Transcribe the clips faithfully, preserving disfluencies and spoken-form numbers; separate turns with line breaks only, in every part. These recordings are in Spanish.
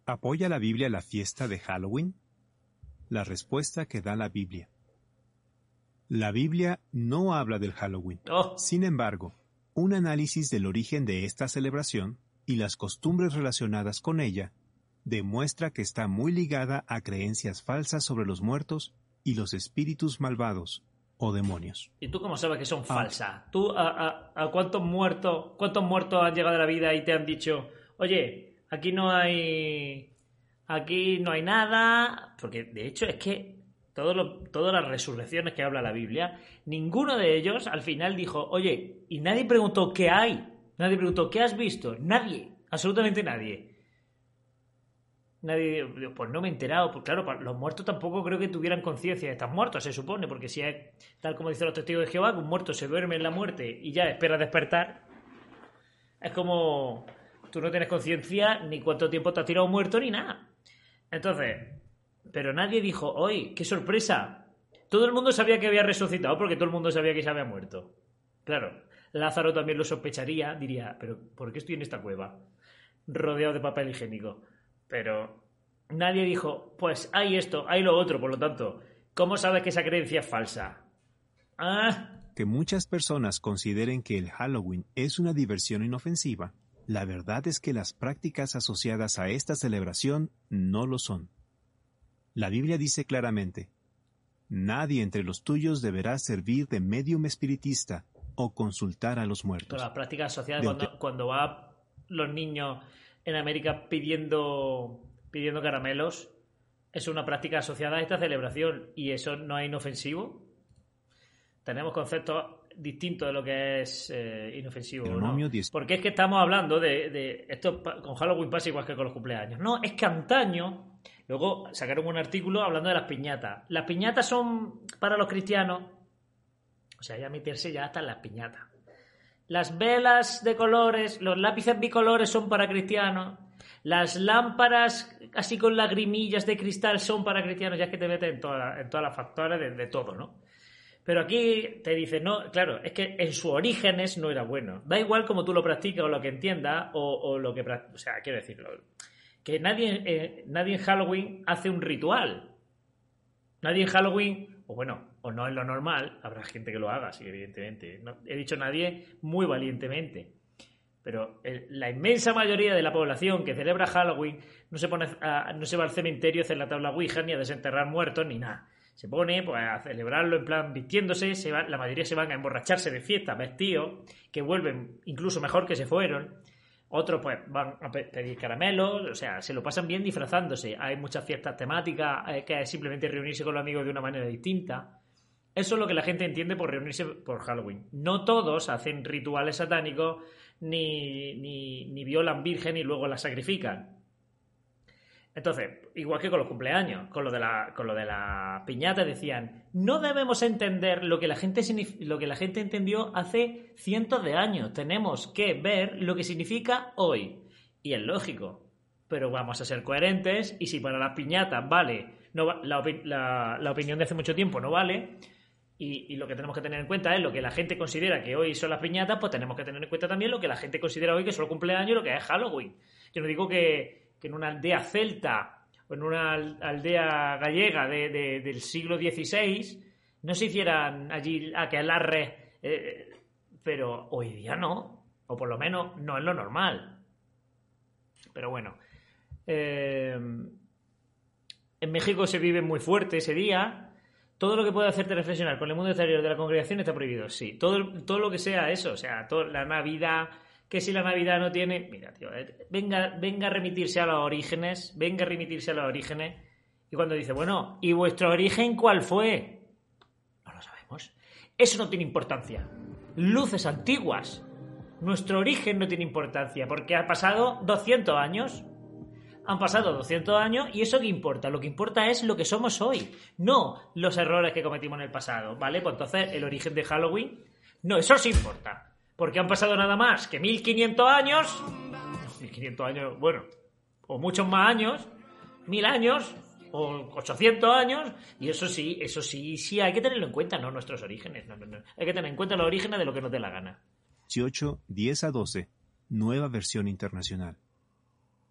¿Apoya la Biblia la fiesta de Halloween? La respuesta que da la Biblia. La Biblia no habla del Halloween.
Oh.
Sin embargo, un análisis del origen de esta celebración y las costumbres relacionadas con ella demuestra que está muy ligada a creencias falsas sobre los muertos y los espíritus malvados o demonios.
¿Y tú cómo sabes que son
Ah.
falsas? ¿Tú a, a, a cuántos muertos cuántos muertos han llegado a la vida y te han dicho, oye, aquí no hay aquí no hay nada? Porque de hecho es que todo lo, todas las resurrecciones que habla la Biblia, ninguno de ellos al final dijo, oye, y nadie preguntó qué hay, nadie preguntó qué has visto, nadie, absolutamente nadie. Nadie, pues no me he enterado, pues claro, los muertos tampoco creo que tuvieran conciencia de estar muertos, se supone, porque si es tal como dicen los testigos de Jehová, que un muerto se duerme en la muerte y ya espera despertar, es como tú no tienes conciencia ni cuánto tiempo te has tirado muerto ni nada. Entonces, pero nadie dijo, ¡oye, qué sorpresa! Todo el mundo sabía que había resucitado porque todo el mundo sabía que se había muerto. Claro, Lázaro también lo sospecharía, diría, pero ¿por qué estoy en esta cueva? Rodeado de papel higiénico. Pero nadie dijo, pues hay esto, hay lo otro, por lo tanto, ¿cómo sabes que esa creencia es falsa? Ah.
Que muchas personas consideren que el Halloween es una diversión inofensiva, la verdad es que las prácticas asociadas a esta celebración no lo son. La Biblia dice claramente, nadie entre los tuyos deberá servir de médium espiritista o consultar a los muertos.
Todas las prácticas asociadas
De
cuando, cuando va los niños en América pidiendo, pidiendo caramelos, es una práctica asociada a esta celebración y eso no es inofensivo. Tenemos conceptos distintos de lo que es eh, inofensivo, ¿no? Porque es que estamos hablando de, de esto con Halloween pasa igual que con los cumpleaños. No, es que antaño, luego sacaron un artículo hablando de las piñatas. Las piñatas son para los cristianos, o sea, ya meterse ya hasta en las piñatas. Las velas de colores, los lápices bicolores son para cristianos. Las lámparas así con lagrimillas de cristal son para cristianos. Ya es que te meten en, toda, en todas las factores de, de todo, ¿no? Pero aquí te dicen, no, claro, es que en sus orígenes no era bueno. Da igual como tú lo practicas o lo que entiendas o, o lo que... O sea, quiero decirlo, que nadie, eh, nadie en Halloween hace un ritual. Nadie en Halloween, o bueno, o no es lo normal, habrá gente que lo haga, sí, evidentemente. No, he dicho nadie muy valientemente. Pero el, la inmensa mayoría de la población que celebra Halloween no se, pone a, no se va al cementerio a hacer la tabla Ouija ni a desenterrar muertos ni nada. Se pone pues, a celebrarlo en plan vistiéndose, se va, la mayoría se van a emborracharse de fiesta, vestidos, que vuelven incluso mejor que se fueron. Otros pues van a pedir caramelos, o sea, se lo pasan bien disfrazándose. Hay muchas fiestas temáticas, eh, que es simplemente reunirse con los amigos de una manera distinta. Eso es lo que la gente entiende por reunirse por Halloween. No todos hacen rituales satánicos, ni, ni, ni violan virgen y luego la sacrifican. Entonces, igual que con los cumpleaños, con lo de la, con lo de la piñata, decían, no debemos entender lo que la gente lo que la gente entendió hace cientos de años. Tenemos que ver lo que significa hoy. Y es lógico. Pero vamos a ser coherentes y si para las piñatas vale, no, la, la, la opinión de hace mucho tiempo no vale, y, y lo que tenemos que tener en cuenta es lo que la gente considera que hoy son las piñatas, pues tenemos que tener en cuenta también lo que la gente considera hoy que son los cumpleaños y lo que es Halloween. Yo no digo que... que en una aldea celta o en una aldea gallega de, de, del siglo dieciséis no se hicieran allí aquelarres, eh, pero hoy día no, o por lo menos no es lo normal. Pero bueno, eh, en México se vive muy fuerte ese día. Todo lo que puede hacerte reflexionar con el mundo exterior de la congregación está prohibido, sí. Todo, todo lo que sea eso, o sea, todo, la Navidad... que si la Navidad no tiene... Mira, tío, venga, venga a remitirse a los orígenes, venga a remitirse a los orígenes, y cuando dice, bueno, ¿y vuestro origen cuál fue? No lo sabemos. Eso no tiene importancia. Luces antiguas. Nuestro origen no tiene importancia, porque ha pasado doscientos años. Han pasado doscientos años, y ¿eso qué importa? Lo que importa es lo que somos hoy, no los errores que cometimos en el pasado, ¿vale? Pues entonces, el origen de Halloween, no, eso sí importa. Porque han pasado nada más que mil quinientos años, mil quinientos años, bueno, o muchos más años, mil años, o ochocientos años, y eso sí, eso sí, sí, hay que tenerlo en cuenta, no nuestros orígenes, no, no, no. Hay que tener en cuenta los orígenes de lo que nos dé la gana.
dieciocho, diez a doce, nueva versión internacional.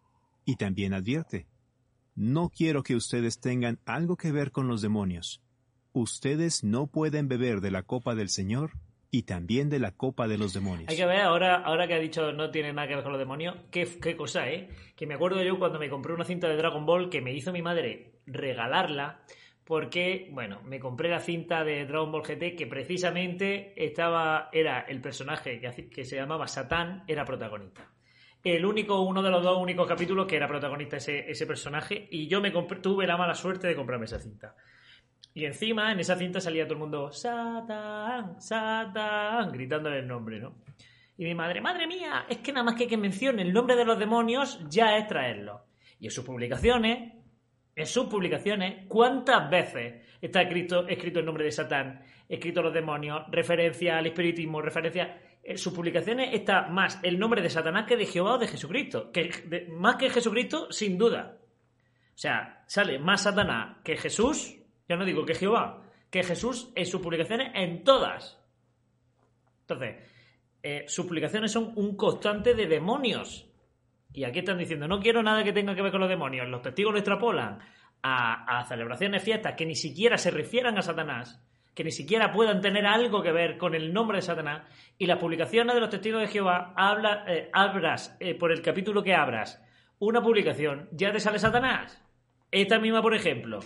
Y también advierte: no quiero que ustedes tengan algo que ver con los demonios. Ustedes no pueden beber de la copa del Señor y también de la copa de los demonios.
Hay que ver, ahora, ahora que ha dicho no tiene nada que ver con los demonios, qué, qué cosa, ¿eh? Que me acuerdo yo cuando me compré una cinta de Dragon Ball que me hizo mi madre regalarla, porque, bueno, me compré la cinta de Dragon Ball G T que precisamente estaba, era el personaje que, que se llamaba Satán, era protagonista. El único, uno de los dos únicos capítulos que era protagonista ese, ese personaje, y yo me compré, tuve la mala suerte de comprarme esa cinta. Y encima, en esa cinta salía todo el mundo Satán, Satán, gritándole el nombre, ¿no? Y mi madre, madre mía, es que nada más que que mencione el nombre de los demonios ya es traerlo. Y en sus publicaciones, en sus publicaciones, ¿cuántas veces está escrito, escrito el nombre de Satán, escrito los demonios, referencia al espiritismo, referencia... En sus publicaciones está más el nombre de Satanás que de Jehová o de Jesucristo. Que de, más que Jesucristo, sin duda. O sea, sale más Satanás que Jesús... Ya no digo que Jehová, que Jesús en sus publicaciones, en todas. Entonces, eh, sus publicaciones son un constante de demonios. Y aquí están diciendo, no quiero nada que tenga que ver con los demonios. Los testigos lo extrapolan a, a celebraciones, fiestas que ni siquiera se refieran a Satanás, que ni siquiera puedan tener algo que ver con el nombre de Satanás. Y las publicaciones de los testigos de Jehová, habla, eh, abras, eh, por el capítulo que abras, una publicación, ya te sale Satanás. Esta misma, por ejemplo.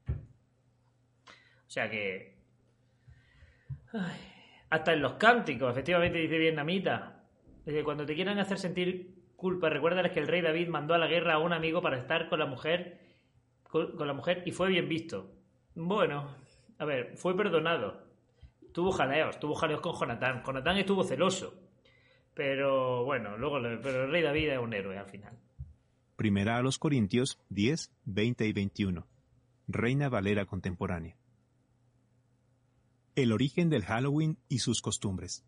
O sea que... Ay, hasta en los cánticos, efectivamente, dice vietnamita. Desde cuando te quieran hacer sentir culpa, recuérdales que el rey David mandó a la guerra a un amigo para estar con la mujer, con, con la mujer y fue bien visto. Bueno, a ver, fue perdonado. Tuvo jaleos, tuvo jaleos con Jonatán. Jonatán estuvo celoso. Pero bueno, luego pero el rey David es un héroe al final.
Primera a los Corintios diez, veinte y veintiuno. Reina Valera contemporánea. El origen del Halloween y sus costumbres.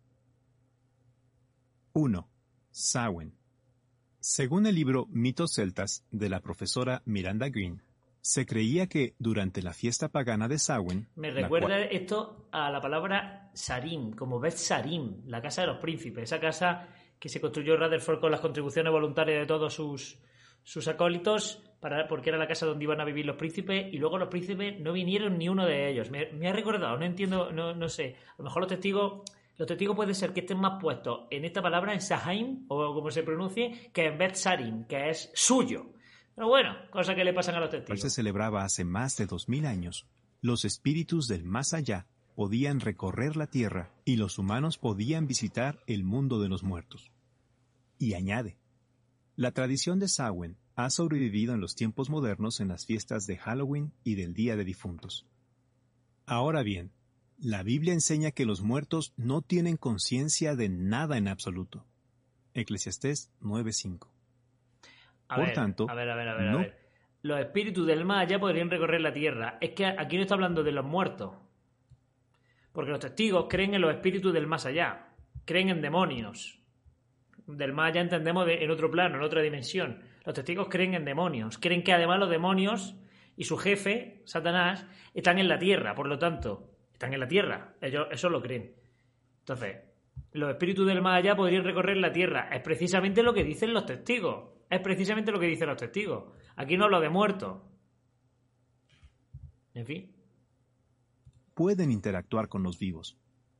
uno. Samhain. Según el libro Mitos celtas de la profesora Miranda Green, se creía que durante la fiesta pagana de Samhain...
Me recuerda cual... esto a la palabra Sarim, como Beth Sarim, la casa de los príncipes, esa casa que se construyó Rutherford con las contribuciones voluntarias de todos sus, sus acólitos, para, porque era la casa donde iban a vivir los príncipes, y luego los príncipes no vinieron ni uno de ellos. Me, me ha recordado, no entiendo, no, no sé, a lo mejor los testigos... Los testigos puede ser que estén más puestos en esta palabra, en Sahaim, o como se pronuncie, que en Beth Sarim, que es suyo. Pero bueno, cosas que le pasan a los testigos.
Se celebraba hace más de dos mil años. Los espíritus del más allá podían recorrer la tierra y los humanos podían visitar el mundo de los muertos. Y añade, la tradición de Samhain ha sobrevivido en los tiempos modernos en las fiestas de Halloween y del Día de Difuntos. Ahora bien, la Biblia enseña que los muertos no tienen conciencia de nada en absoluto. Eclesiastés nueve cinco. Por
ver,
tanto,
a ver, a ver, a ver,
no...
a ver. Los espíritus del más allá podrían recorrer la tierra. Es que aquí no está hablando de los muertos. Porque los testigos creen en los espíritus del más allá. Creen en demonios. Del más allá entendemos de, en otro plano, en otra dimensión. Los testigos creen en demonios. Creen que además los demonios y su jefe, Satanás, están en la tierra. Por lo tanto, están en la tierra. Ellos eso lo creen. Entonces, los espíritus del más allá podrían recorrer la tierra. Es precisamente lo que dicen los testigos. Es precisamente lo que dicen los testigos. Aquí no hablo de muertos. En fin.
Pueden interactuar con los vivos.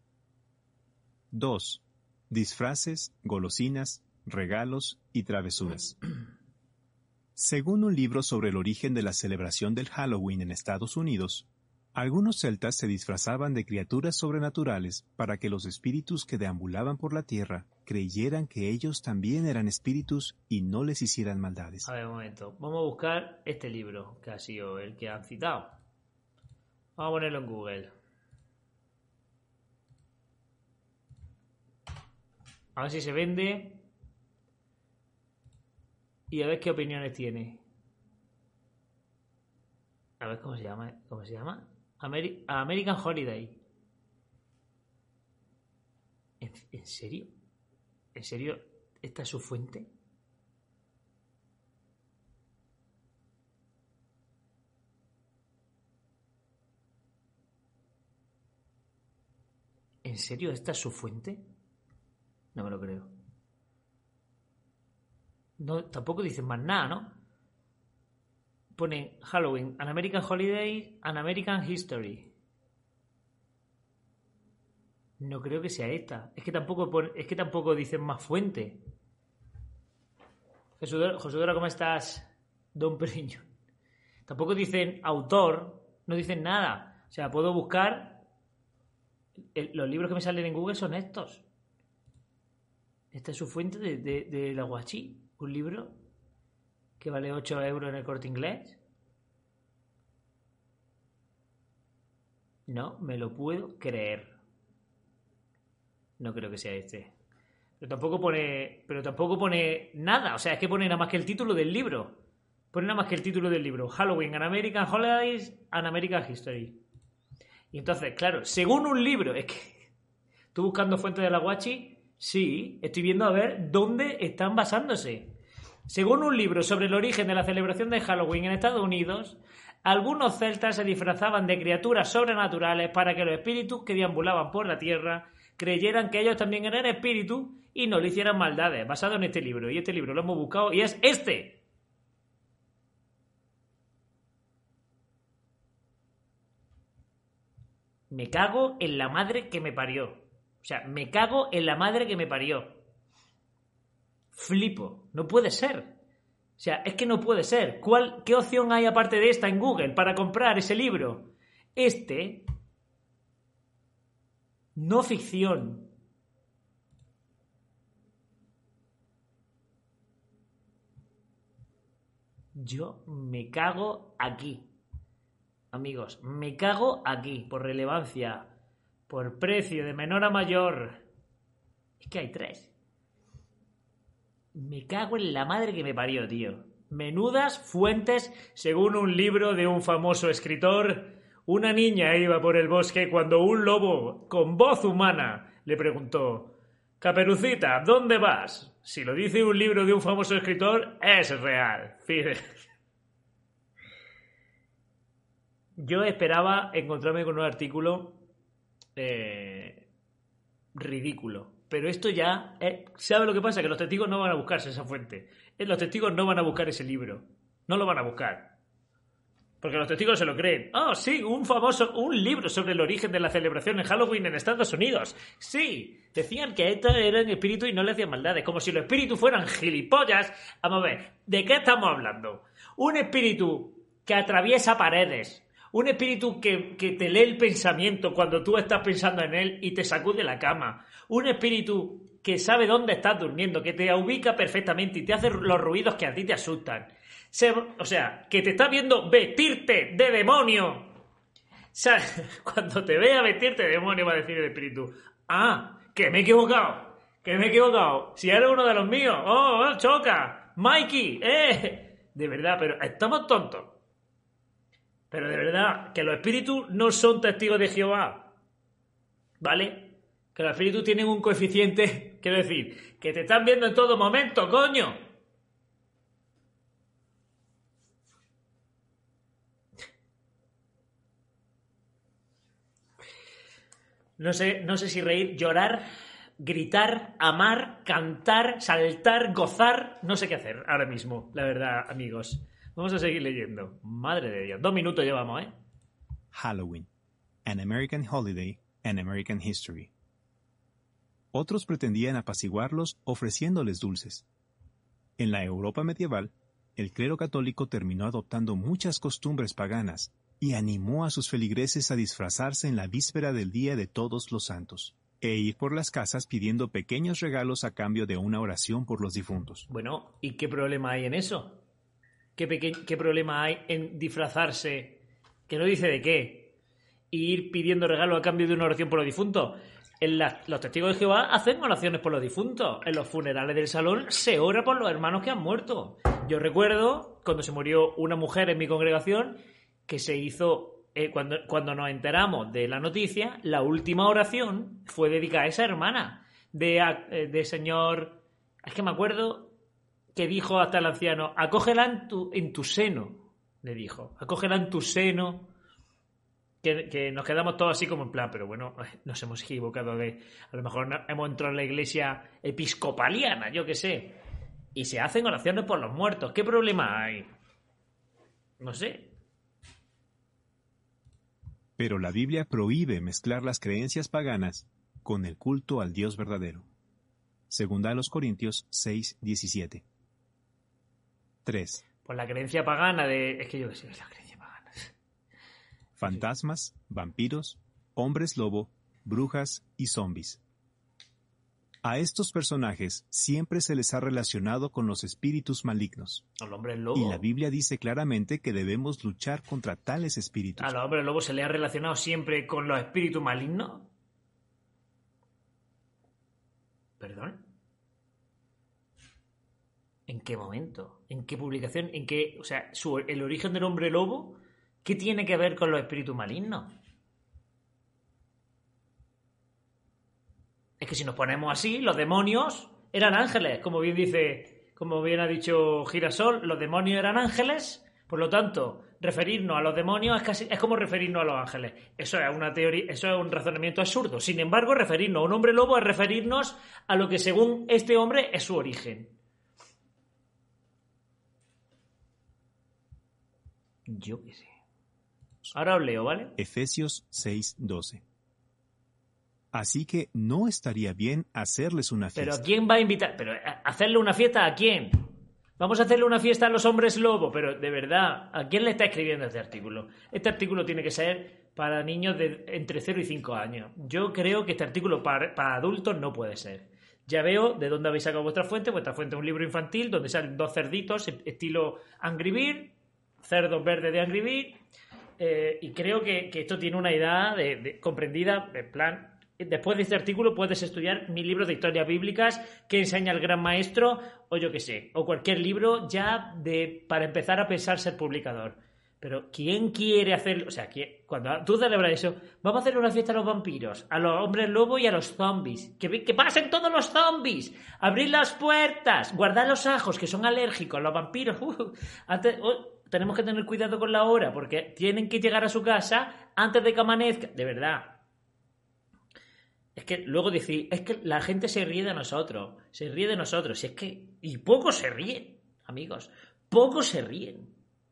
dos. Disfraces, golosinas, regalos y travesuras. Según un libro sobre el origen de la celebración del Halloween en Estados Unidos, algunos celtas se disfrazaban de criaturas sobrenaturales para que los espíritus que deambulaban por la tierra creyeran que ellos también eran espíritus y no les hicieran maldades.
A ver, un momento. Vamos a buscar este libro, que ha sido el que han citado. Vamos a ponerlo en Google. A ver si se vende. Y a ver qué opiniones tiene. A ver cómo se llama. ¿Cómo se llama? Ameri- American Holiday. ¿En, ¿En serio? ¿En serio? ¿Esta es su fuente? ¿En serio esta es su fuente? No me lo creo. No, tampoco dicen más nada, ¿no? Ponen Halloween, An American Holiday, An American History. No creo que sea esta. Es que tampoco, pon, es que tampoco dicen más fuente. José Dora, ¿cómo estás? Don Periño. Tampoco dicen autor, no dicen nada. O sea, puedo buscar... El, los libros que me salen en Google son estos. Esta es su fuente de, de, de la Guachi. Un libro que vale ocho euros en el Corte Inglés. No me lo puedo creer. No creo que sea este. Pero tampoco pone. Pero tampoco pone nada. O sea, es que pone nada más que el título del libro. Pone nada más que el título del libro. Halloween, An American Holidays, An American History. Y entonces, claro, según un libro, es que. ¿Tú buscando fuentes de la Guachi? Sí, estoy viendo a ver dónde están basándose. Según un libro sobre el origen de la celebración de Halloween en Estados Unidos, algunos celtas se disfrazaban de criaturas sobrenaturales para que los espíritus que deambulaban por la tierra creyeran que ellos también eran espíritus y no le hicieran maldades, basado en este libro. Y este libro lo hemos buscado y es este. Me cago en la madre que me parió. O sea, me cago en la madre que me parió. Flipo. No puede ser. O sea, es que no puede ser. ¿Cuál, ¿Qué opción hay aparte de esta en Google para comprar ese libro? Este... No ficción. Yo me cago aquí. Amigos, me cago aquí. Por relevancia. Por precio, de menor a mayor. Es que hay tres. Me cago en la madre que me parió, tío. Menudas fuentes según un libro de un famoso escritor. Una niña iba por el bosque cuando un lobo con voz humana le preguntó: Caperucita, ¿dónde vas? Si lo dice un libro de un famoso escritor, es real. Fíjate. Yo esperaba encontrarme con un artículo eh, ridículo. Pero esto ya... Eh, ¿sabe lo que pasa? Que los testigos no van a buscarse esa fuente. Los testigos no van a buscar ese libro. No lo van a buscar. Porque los testigos se lo creen. Ah, oh, sí, un famoso, un libro sobre el origen de la celebración en Halloween en Estados Unidos. Sí, decían que estos eran espíritus y no le hacían maldades, como si los espíritus fueran gilipollas. Vamos a ver, ¿de qué estamos hablando? Un espíritu que atraviesa paredes, un espíritu que, que te lee el pensamiento cuando tú estás pensando en él y te sacude la cama, un espíritu que sabe dónde estás durmiendo, que te ubica perfectamente y te hace los ruidos que a ti te asustan. Se, o sea, que te está viendo vestirte de demonio. O sea, cuando te vea vestirte de demonio va a decir el espíritu: ah, que me he equivocado, que me he equivocado. Si eres uno de los míos. Oh, oh, choca. Mikey, eh. De verdad, pero estamos tontos. Pero de verdad, que los espíritus no son testigos de Jehová. ¿Vale? Que los espíritus tienen un coeficiente, quiero decir, que te están viendo en todo momento, coño. No sé, no sé si reír, llorar, gritar, amar, cantar, saltar, gozar. No sé qué hacer ahora mismo, la verdad, amigos. Vamos a seguir leyendo. Madre de Dios. Dos minutos llevamos, ¿eh?
Halloween. An American Holiday, An American History. Otros pretendían apaciguarlos ofreciéndoles dulces. En la Europa medieval, el clero católico terminó adoptando muchas costumbres paganas y animó a sus feligreses a disfrazarse en la víspera del Día de Todos los Santos, e ir por las casas pidiendo pequeños regalos a cambio de una oración por los difuntos.
Bueno, ¿y qué problema hay en eso? ¿Qué, peque- qué problema hay en disfrazarse, que no dice de qué, y ir pidiendo regalos a cambio de una oración por los difuntos? En la- los testigos de Jehová hacen oraciones por los difuntos. En los funerales del salón se ora por los hermanos que han muerto. Yo recuerdo cuando se murió una mujer en mi congregación que se hizo, eh, cuando, cuando nos enteramos de la noticia, la última oración fue dedicada a esa hermana de, eh, de señor... Es que me acuerdo que dijo hasta el anciano: acógela en tu, en tu seno, le dijo, acógela en tu seno. Que, que nos quedamos todos así como en plan, pero bueno, nos hemos equivocado de... A lo mejor no, hemos entrado en la iglesia episcopaliana, yo qué sé. Y se hacen oraciones por los muertos. ¿Qué problema hay? No sé.
Pero la Biblia prohíbe mezclar las creencias paganas con el culto al Dios verdadero. Segunda a los Corintios seis, diecisiete. tres.
Pues la creencia pagana de... Es que yo qué sé, es la creencia pagana.
Fantasmas, vampiros, hombres lobo, brujas y zombies. A estos personajes siempre se les ha relacionado con los espíritus malignos.
Al hombre lobo.
Y la Biblia dice claramente que debemos luchar contra tales espíritus.
¿Al hombre lobo se le ha relacionado siempre con los espíritus malignos? ¿Perdón? ¿En qué momento? ¿En qué publicación? ¿En qué? O sea, su, el origen del hombre lobo, ¿qué tiene que ver con los espíritus malignos? Es que si nos ponemos así, los demonios eran ángeles, como bien dice, como bien ha dicho Girasol, los demonios eran ángeles, por lo tanto, referirnos a los demonios es casi es como referirnos a los ángeles. Eso es una teoría, eso es un razonamiento absurdo. Sin embargo, referirnos a un hombre lobo es referirnos a lo que según este hombre es su origen. Yo qué sé. Ahora os leo, ¿vale?
Efesios seis, doce. Así que no estaría bien hacerles una fiesta.
¿Pero a quién va a invitar? ¿Pero hacerle una fiesta a quién? Vamos a hacerle una fiesta a los hombres lobo, pero de verdad, ¿a quién le está escribiendo este artículo? Este artículo tiene que ser para niños de entre cero y cinco años. Yo creo que este artículo para, para adultos no puede ser. Ya veo de dónde habéis sacado vuestra fuente. Vuestra fuente es un libro infantil donde salen dos cerditos estilo Angry Bird, cerdos verdes de Angry Bird, eh, y creo que, que esto tiene una edad de, de, comprendida, en plan... Después de este artículo puedes estudiar mi libro de historias bíblicas que enseña el gran maestro, o yo qué sé, o cualquier libro ya de para empezar a pensar ser publicador. Pero ¿quién quiere hacerlo? O sea, ¿quién? Cuando tú celebras eso, vamos a hacer una fiesta a los vampiros, a los hombres lobo y a los zombies. ¡Que, que pasen todos los zombies! ¡Abrid las puertas! ¡Guardad los ajos, que son alérgicos! Los vampiros... Uh, antes, uh, tenemos que tener cuidado con la hora, porque tienen que llegar a su casa antes de que amanezca. De verdad. Es que luego decir, es que la gente se ríe de nosotros, se ríe de nosotros, y es que, y pocos se ríen, amigos, pocos se ríen.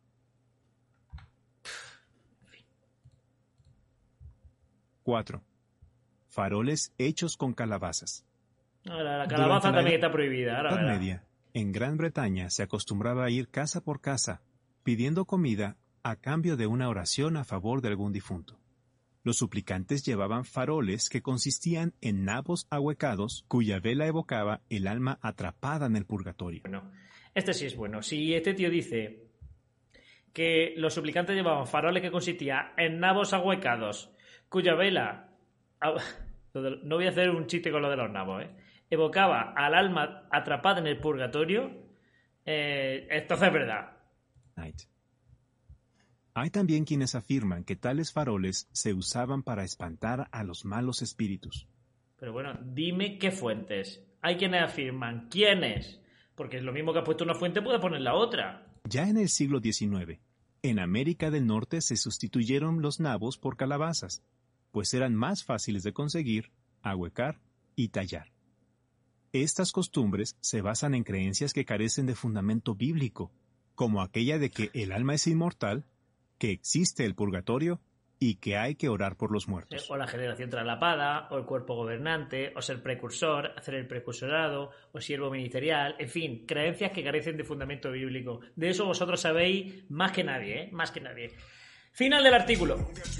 cuatro. Faroles hechos con calabazas.
Ahora, la calabaza la también está prohibida. Ahora,
en la Edad Media, en Gran Bretaña se acostumbraba a ir casa por casa, pidiendo comida a cambio de una oración a favor de algún difunto. Los suplicantes llevaban faroles que consistían en nabos ahuecados cuya vela evocaba el alma atrapada en el purgatorio.
Bueno, este sí es bueno. Si este tío dice que los suplicantes llevaban faroles que consistían en nabos ahuecados cuya vela... No voy a hacer un chiste con lo de los nabos, ¿eh? Evocaba al alma atrapada en el purgatorio, eh, entonces es verdad.
Night. Hay también quienes afirman que tales faroles se usaban para espantar a los malos espíritus.
Pero bueno, dime qué fuentes. Hay quienes afirman. ¿Quiénes? Porque es lo mismo que has puesto una fuente, puedes poner la otra.
Ya en el siglo diecinueve, en América del Norte se sustituyeron los nabos por calabazas, pues eran más fáciles de conseguir, ahuecar y tallar. Estas costumbres se basan en creencias que carecen de fundamento bíblico, como aquella de que el alma es inmortal, que existe el purgatorio y que hay que orar por los muertos.
O la generación traslapada, o el cuerpo gobernante, o ser precursor, hacer el precursorado, o siervo ministerial, en fin, creencias que carecen de fundamento bíblico. De eso vosotros sabéis más que nadie, ¿eh? Más que nadie. Final del artículo.